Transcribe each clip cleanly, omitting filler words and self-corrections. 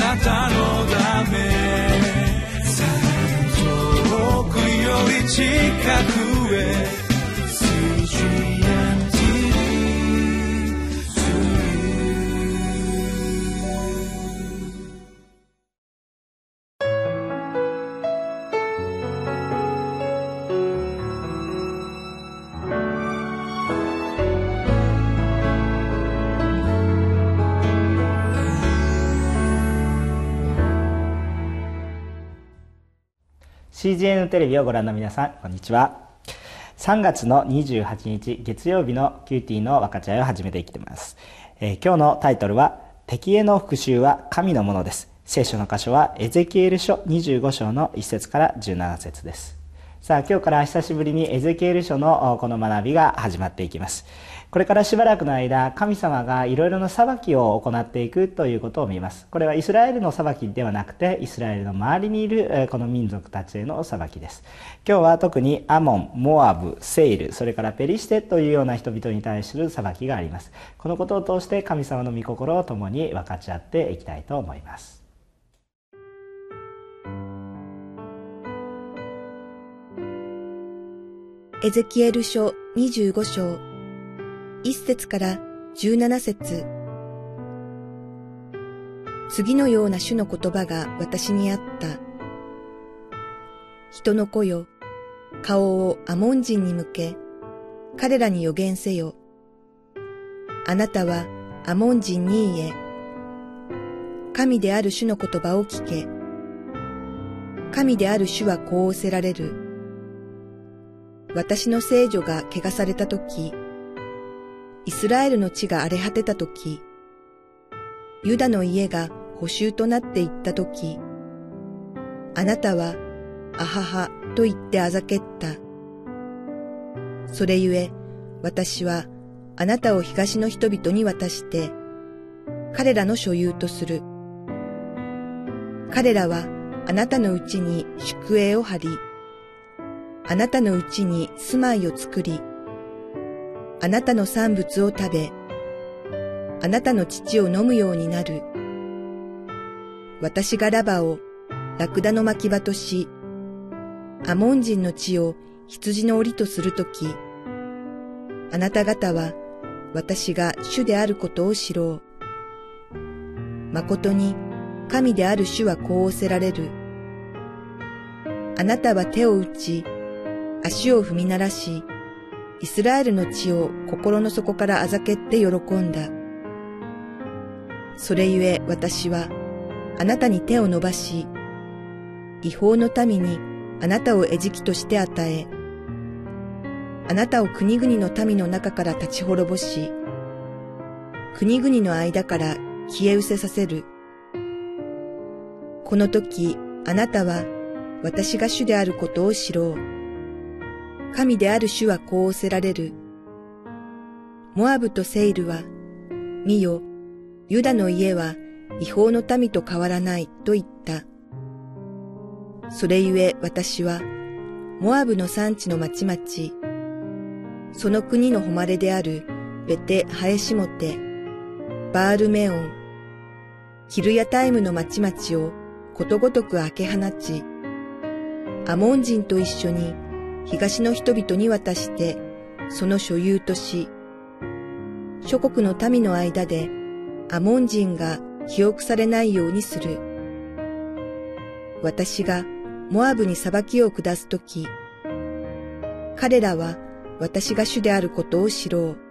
なたのため、遠くより近くへ CGN テレビをご覧の皆さん、こんにちは。3月の28日月曜日のキューティーの分かち合いを始めていきます。今日のタイトルは敵への復讐は神のものです。聖書の箇所はエゼキエル書25章の1節から17節です。さあ、今日から久しぶりにエゼキエル書のこの学びが始まっていきます。これからしばらくの間、神様がいろいろな裁きを行っていくということを見ます。これはイスラエルの裁きではなくて、イスラエルの周りにいるこの民族たちへの裁きです。今日は特にアモン、モアブ、セイル、それからペリシテというような人々に対する裁きがあります。このことを通して神様の御心を共に分かち合っていきたいと思います。 エゼキエル書25章1節から17節。次のような主の言葉が私にあった。人の子よ、顔をアモン人に向け、彼らに予言せよ。あなたはアモン人に言え。神である主の言葉を聞け。神である主はこう仰せられる。私の聖女が汚されたとき、イスラエルの地が荒れ果てたとき、ユダの家が捕囚となっていったとき、あなたは、あははと言ってあざけった。それゆえ、私はあなたを東の人々に渡して、彼らの所有とする。彼らはあなたのうちに宿営を張り、あなたのうちに住まいを作り、あなたの産物を食べ、あなたの乳を飲むようになる。私がラバをラクダの牧場とし、アモン人の地を羊の檻とするとき、あなた方は私が主であることを知ろう。誠に神である主はこう仰せられる。あなたは手を打ち、足を踏み鳴らし、イスラエルの地を心の底からあざけって喜んだ。それゆえ私はあなたに手を伸ばし、違法の民にあなたを餌食として与え、あなたを国々の民の中から立ち滅ぼし、国々の間から消え失せさせる。この時あなたは私が主であることを知ろう。神である主はこう仰せられる。モアブとセイルは、見よ、ユダの家は違法の民と変わらないと言った。それゆえ私は、モアブの産地の町々、その国の誉れであるベテ・ハエシモテ、バールメオン、キルヤタイムの町々をことごとく開け放ち、アモン人と一緒に東の人々に渡してその所有とし、諸国の民の間でアモン人が記憶されないようにする。私がモアブに裁きを下すとき、彼らは私が主であることを知ろう。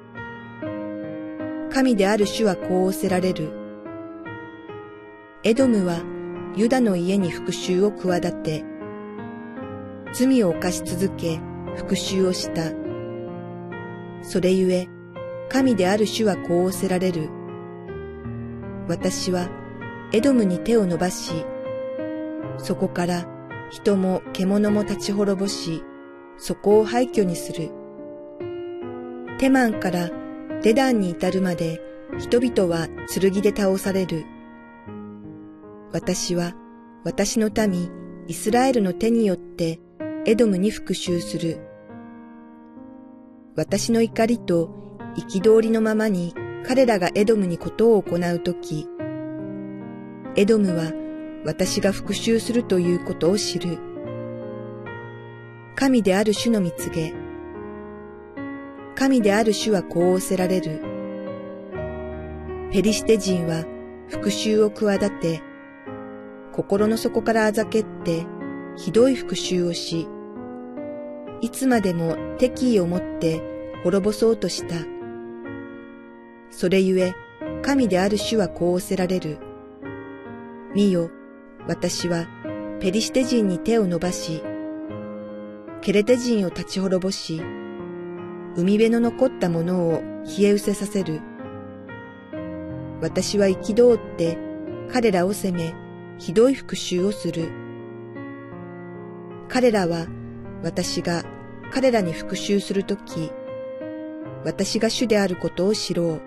神である主はこう仰せられる。エドムはユダの家に復讐を企て、罪を犯し続け、復讐をした。それゆえ、神である主はこう仰せられる。私はエドムに手を伸ばし、そこから人も獣も立ち滅ぼし、そこを廃墟にする。テマンからデダンに至るまで人々は剣で倒される。私は私の民イスラエルの手によってエドムに復讐する。私の怒りと憤りのままに彼らがエドムにことを行うとき、 エドムは私が復讐するということを知る。神である主の蜜げ。神である主はこう仰せられる。ペリシテ人は復讐を企て、心の底からあざけってひどい復讐をし、いつまでも敵意を持って滅ぼそうとした。それゆえ、神である主はこう仰せられる。見よ、私はペリシテ人に手を伸ばし、ケレテ人を立ち滅ぼし、海辺の残ったものを冷え失せさせる。私は憤って彼らを責め、ひどい復讐をする。彼らは私が彼らに復讐するとき、私が主であることを知ろう。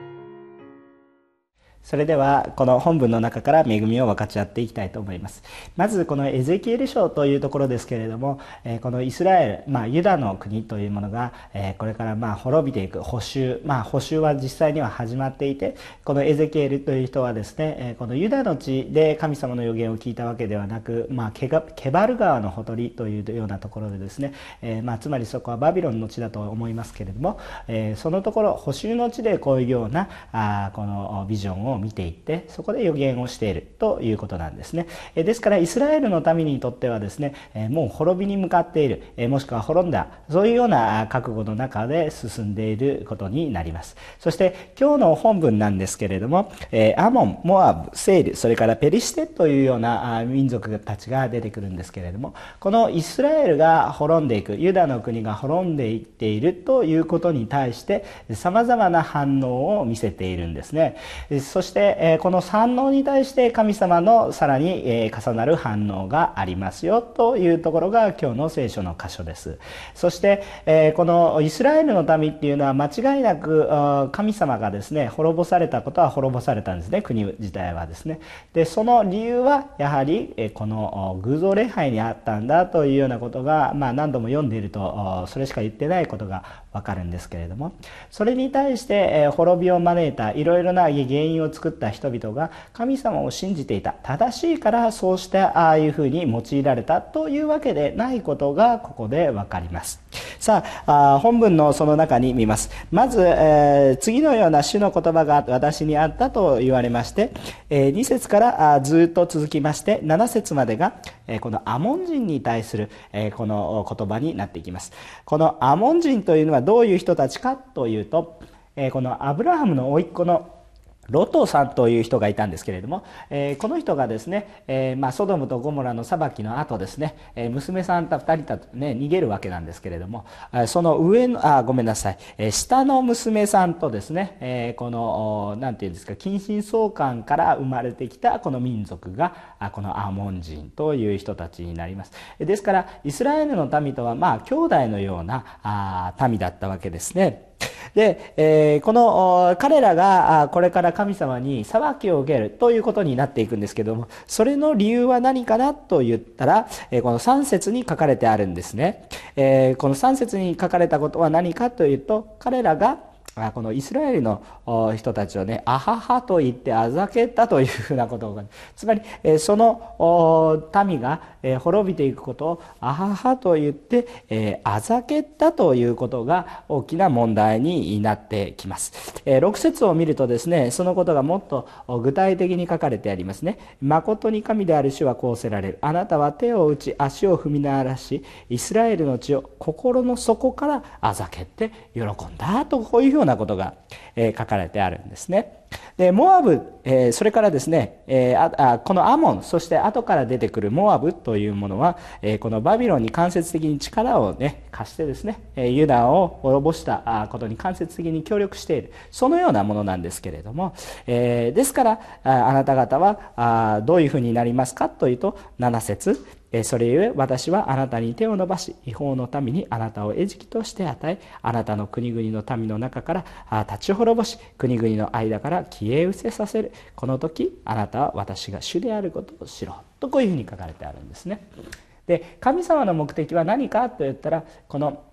それではこの本文の中から恵みを分かち合っていきたいと思います。まずこのエゼキエル書というところですけれども、このイスラエル、ユダの国というものがこれから滅びていく捕囚、捕囚は実際には始まっていて、このエゼキエルという人はですね、このユダの地で神様の預言を聞いたわけではなく、ケバル川のほとりというようなところでですね、つまりそこはバビロンの地だと思いますけれども、そのところ捕囚の地でこういうようなこのビジョンを見ていって、そこで予言をしているということなんですね。ですからイスラエルの民にとってはですね、もう滅びに向かっている、もしくは滅んだ、そういうような覚悟の中で進んでいることになります。そして今日の本文なんですけれども、アモン、モアブ、セイル、それからペリシテというような民族たちが出てくるんですけれども、このイスラエルが滅んでいく、ユダの国が滅んでいっているということに対してさまざまな反応を見せているんですね。そしてこの反応に対して神様のさらに重なる反応がありますよというところが今日の聖書の箇所です。そしてこのイスラエルの民っていうのは間違いなく神様がですね滅ぼされたことは滅ぼされたんですね、国自体はですね。でその理由はやはりこの偶像礼拝にあったんだというようなことが、何度も読んでいるとそれしか言ってないことがわかるんですけれども、それに対して滅びを招いたいろいろな原因を作った人々が神様を信じていた、正しいからそうしてああいうふうに用いられたというわけでないことがここでわかります。さあ、本文のその中に見ます。まず、次のような主の言葉が私にあったと言われまして、2節からずっと続きまして7節までがこのアモン人に対するこの言葉になっていきます。このアモン人というのはどういう人たちかというと、このアブラハムの甥っ子のロトさんという人がいたんですけれども、この人がですね、ソドムとゴモラの裁きの後ですね、娘さんと2人とね逃げるわけなんですけれども、その上の下の娘さんとですね、このなんていうんですか、近親相関から生まれてきたこの民族がこのアモン人という人たちになります。ですからイスラエルの民とは兄弟のような民だったわけですね。で、この彼らがこれから神様に裁きを受けるということになっていくんですけども、それの理由は何かなと言ったら、この3節に書かれてあるんですね。この3節に書かれたことは何かというと、彼らがこのイスラエルの人たちをね、アハハと言ってあざけったというふうなことが、つまりその民が滅びていくことをアハハと言ってあざけったということが大きな問題になってきます。6節を見るとですね、そのことがもっと具体的に書かれてありますね。誠に神である主はこうおせられる。あなたは手を打ち足を踏み鳴らし、イスラエルの地を心の底からあざけって喜んだと、こういうようなことが書かれてあるんですね。でモアブ、それからですね、このアモン、そして後から出てくるモアブというものは、このバビロンに間接的に力をね貸してですね、ユダを滅ぼしたことに間接的に協力している、そのようなものなんですけれども、ですからあなた方はどういうふうになりますかというと、7節、それゆえ私はあなたに手を伸ばし、違法の民にあなたを餌食として与え、あなたの国々の民の中から立ち滅ぼし、国々の間から消え失せさせる。この時あなたは私が主であることを知ろうと、こういうふうに書かれてあるんですね。で神様の目的は何かといったら、この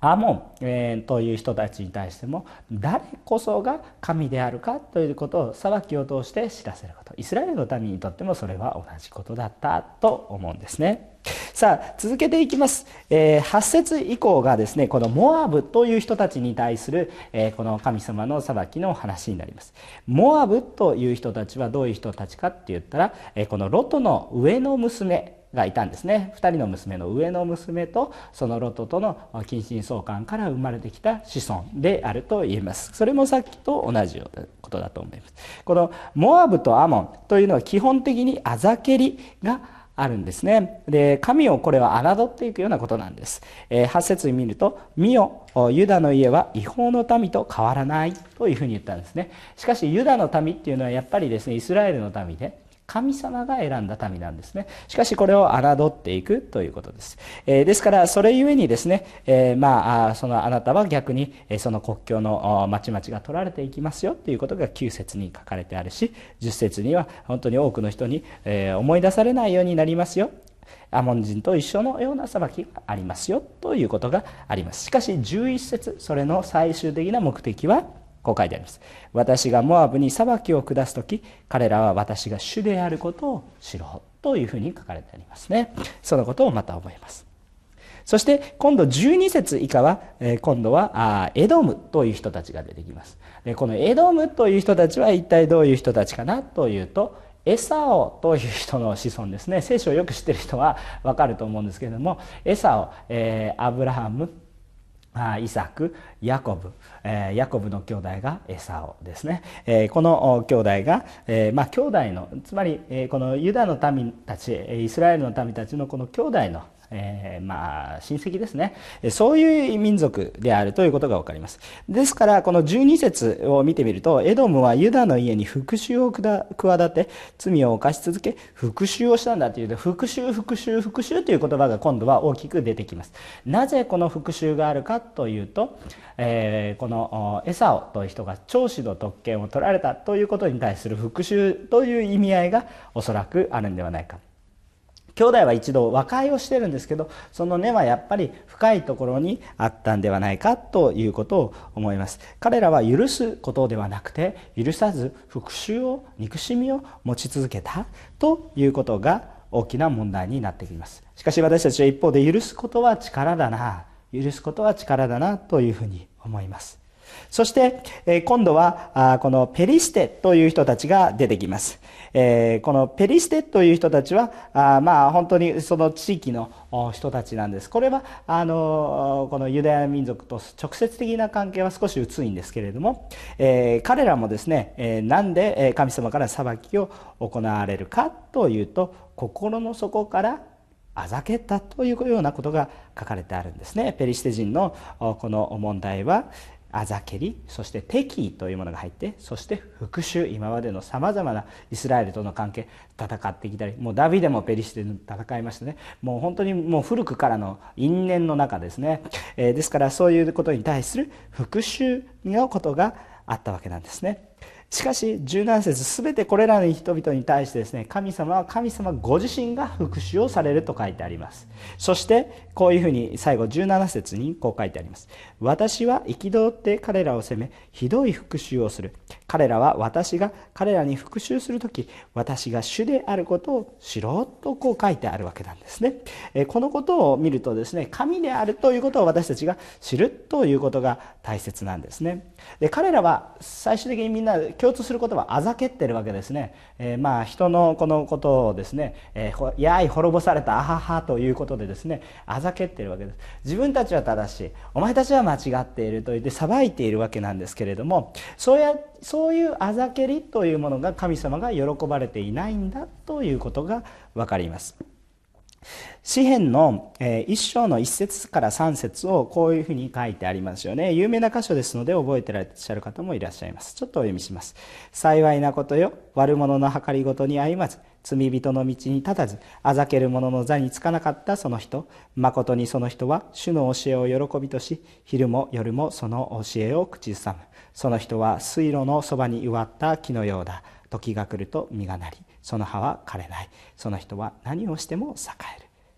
アモン、という人たちに対しても誰こそが神であるかということを裁きを通して知らせること、イスラエルの民にとってもそれは同じことだったと思うんですね。さあ続けていきます。8節以降がですね、このモアブという人たちに対する、この神様の裁きの話になります。モアブという人たちはどういう人たちかって言ったら、このロトの上の娘がいたんですね。2人の娘の上の娘とそのロトとの近親相関から生まれてきた子孫であると言えます。それもさっきと同じようなことだと思います。このモアブとアモンというのは基本的にあざけりがあるんですね。で、神をこれは侮っていくようなことなんです。8節に見ると、見よ、ユダの家は違法の民と変わらないというふうに言ったんですね。しかしユダの民っていうのはやっぱりですね、イスラエルの民で神様が選んだ民なんですね。しかしこれを侮っていくということです。ですからそれゆえにですね、そのあなたは逆にその国境の町々が取られていきますよということが9節に書かれてあるし、10節には本当に多くの人に思い出されないようになりますよ、アモン人と一緒のような裁きがありますよということがあります。しかし11節、それの最終的な目的はこう書いてあります。私がモアブに裁きを下すとき、彼らは私が主であることを知ろうというふうに書かれてありますね。そのことをまた覚えます。そして今度12節以下は、今度はエドムという人たちが出てきます。でこのエドムという人たちは一体どういう人たちかなというと、エサオという人の子孫ですね。聖書をよく知っている人は分かると思うんですけれども、エサオ、アブラハム、イサク、ヤコブ、ヤコブの兄弟がエサオですね。この兄弟が、兄弟のつまり、このユダの民たち、イスラエルの民たちのこの兄弟の親戚ですね。そういう民族であるということが分かります。ですからこの12節を見てみると、エドムはユダの家に復讐を企て罪を犯し続け復讐をしたんだというと、復讐復讐復讐という言葉が今度は大きく出てきます。なぜこの復讐があるかというと、このエサオという人が長子の特権を取られたということに対する復讐という意味合いがおそらくあるんではないか。兄弟は一度和解をしてるんですけど、その根はやっぱり深いところにあったんではないかということを思います。彼らは許すことではなくて、許さず復讐を、憎しみを持ち続けたということが大きな問題になってきます。しかし私たちは一方で許すことは力だな、許すことは力だなというふうに思います。そして今度はこのペリシテという人たちが出てきます。このペリシテという人たちは本当にその地域の人たちなんです。これはこのユダヤ民族と直接的な関係は少し薄いんですけれども、彼らもですね、なんで神様から裁きを行われるかというと、心の底からあざけったというようなことが書かれてあるんですね。ペリシテ人のこの問題はあざけり、そして敵意というものが入って、そして復讐、今までのさまざまなイスラエルとの関係、戦ってきたり、もうダビデもペリシテと戦いましたね。もう本当にもう古くからの因縁の中ですね。ですからそういうことに対する復讐のことがあったわけなんですね。しかし17節、すべてこれらの人々に対してですね、神様は神様ご自身が復讐をされると書いてあります。そしてこういうふうに最後17節にこう書いてあります。私は憤って彼らを責め、ひどい復讐をする。彼らは私が彼らに復讐するとき、私が主であることを知ろうとこう書いてあるわけなんですね。このことを見るとですね、神であるということを私たちが知るということが大切なんですね。で、彼らは最終的にみんな共通することはあざけってるわけですね。人のこのことをですね、やい滅ぼされたあははということでですね、あざけってるわけです。自分たちは正しい、お前たちは間違っていると言って裁いているわけなんですけれども、そういうあざけりというものが神様が喜ばれていないんだということが分かります。詩編の1章の1節から3節をこういうふうに書いてありますよね。有名な箇所ですので覚えていらっしゃる方もいらっしゃいます。ちょっとお読みします。幸いなことよ、悪者の計りごとに歩まず、罪人の道に立たず、あざける者の座につかなかったその人、誠にその人は主の教えを喜びとし、昼も夜もその教えを口ずさむ。その人は水路のそばに植わった木のようだ。時が来ると実がなり、その葉は枯れない。その人は何をしても栄える。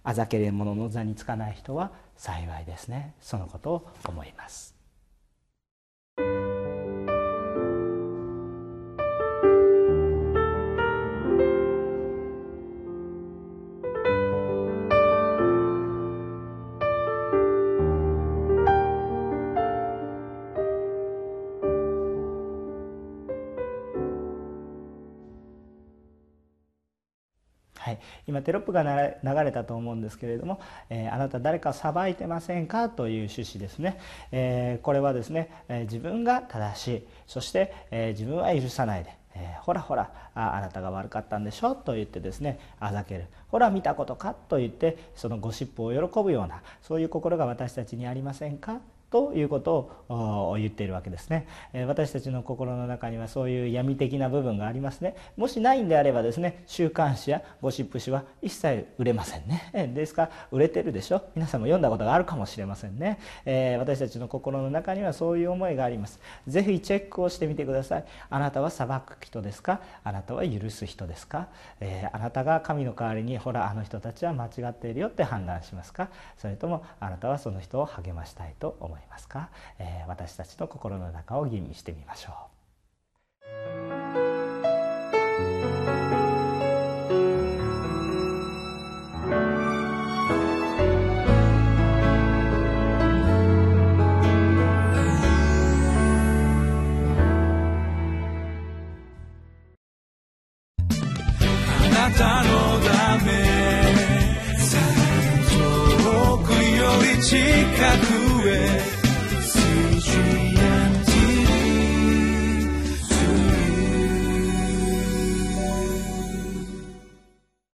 あざけれ者の座につかない人は幸いですね。そのことを思います。はい、今テロップが流れたと思うんですけれども、あなた誰か裁いてませんかという趣旨ですね。これはですね、自分が正しい、そして、自分は許さないで、ほらほら あなたが悪かったんでしょと言ってですね、あざける、ほら見たことかと言ってそのゴシップを喜ぶような、そういう心が私たちにありませんかということを言っているわけですね。私たちの心の中にはそういう闇的な部分がありますね。もしないんであればですね、週刊誌やゴシップ誌は一切売れませんね。ですから売れてるでしょ。皆さんも読んだことがあるかもしれませんね。私たちの心の中にはそういう思いがあります。ぜひチェックをしてみてください。あなたは裁く人ですか？あなたは許す人ですか？あなたが神の代わりにほらあの人たちは間違っているよって判断しますか？それともあなたはその人を励ましたいと思いますか？私たちの心の中を吟味してみましょう。 あなたのため遠くより近くへ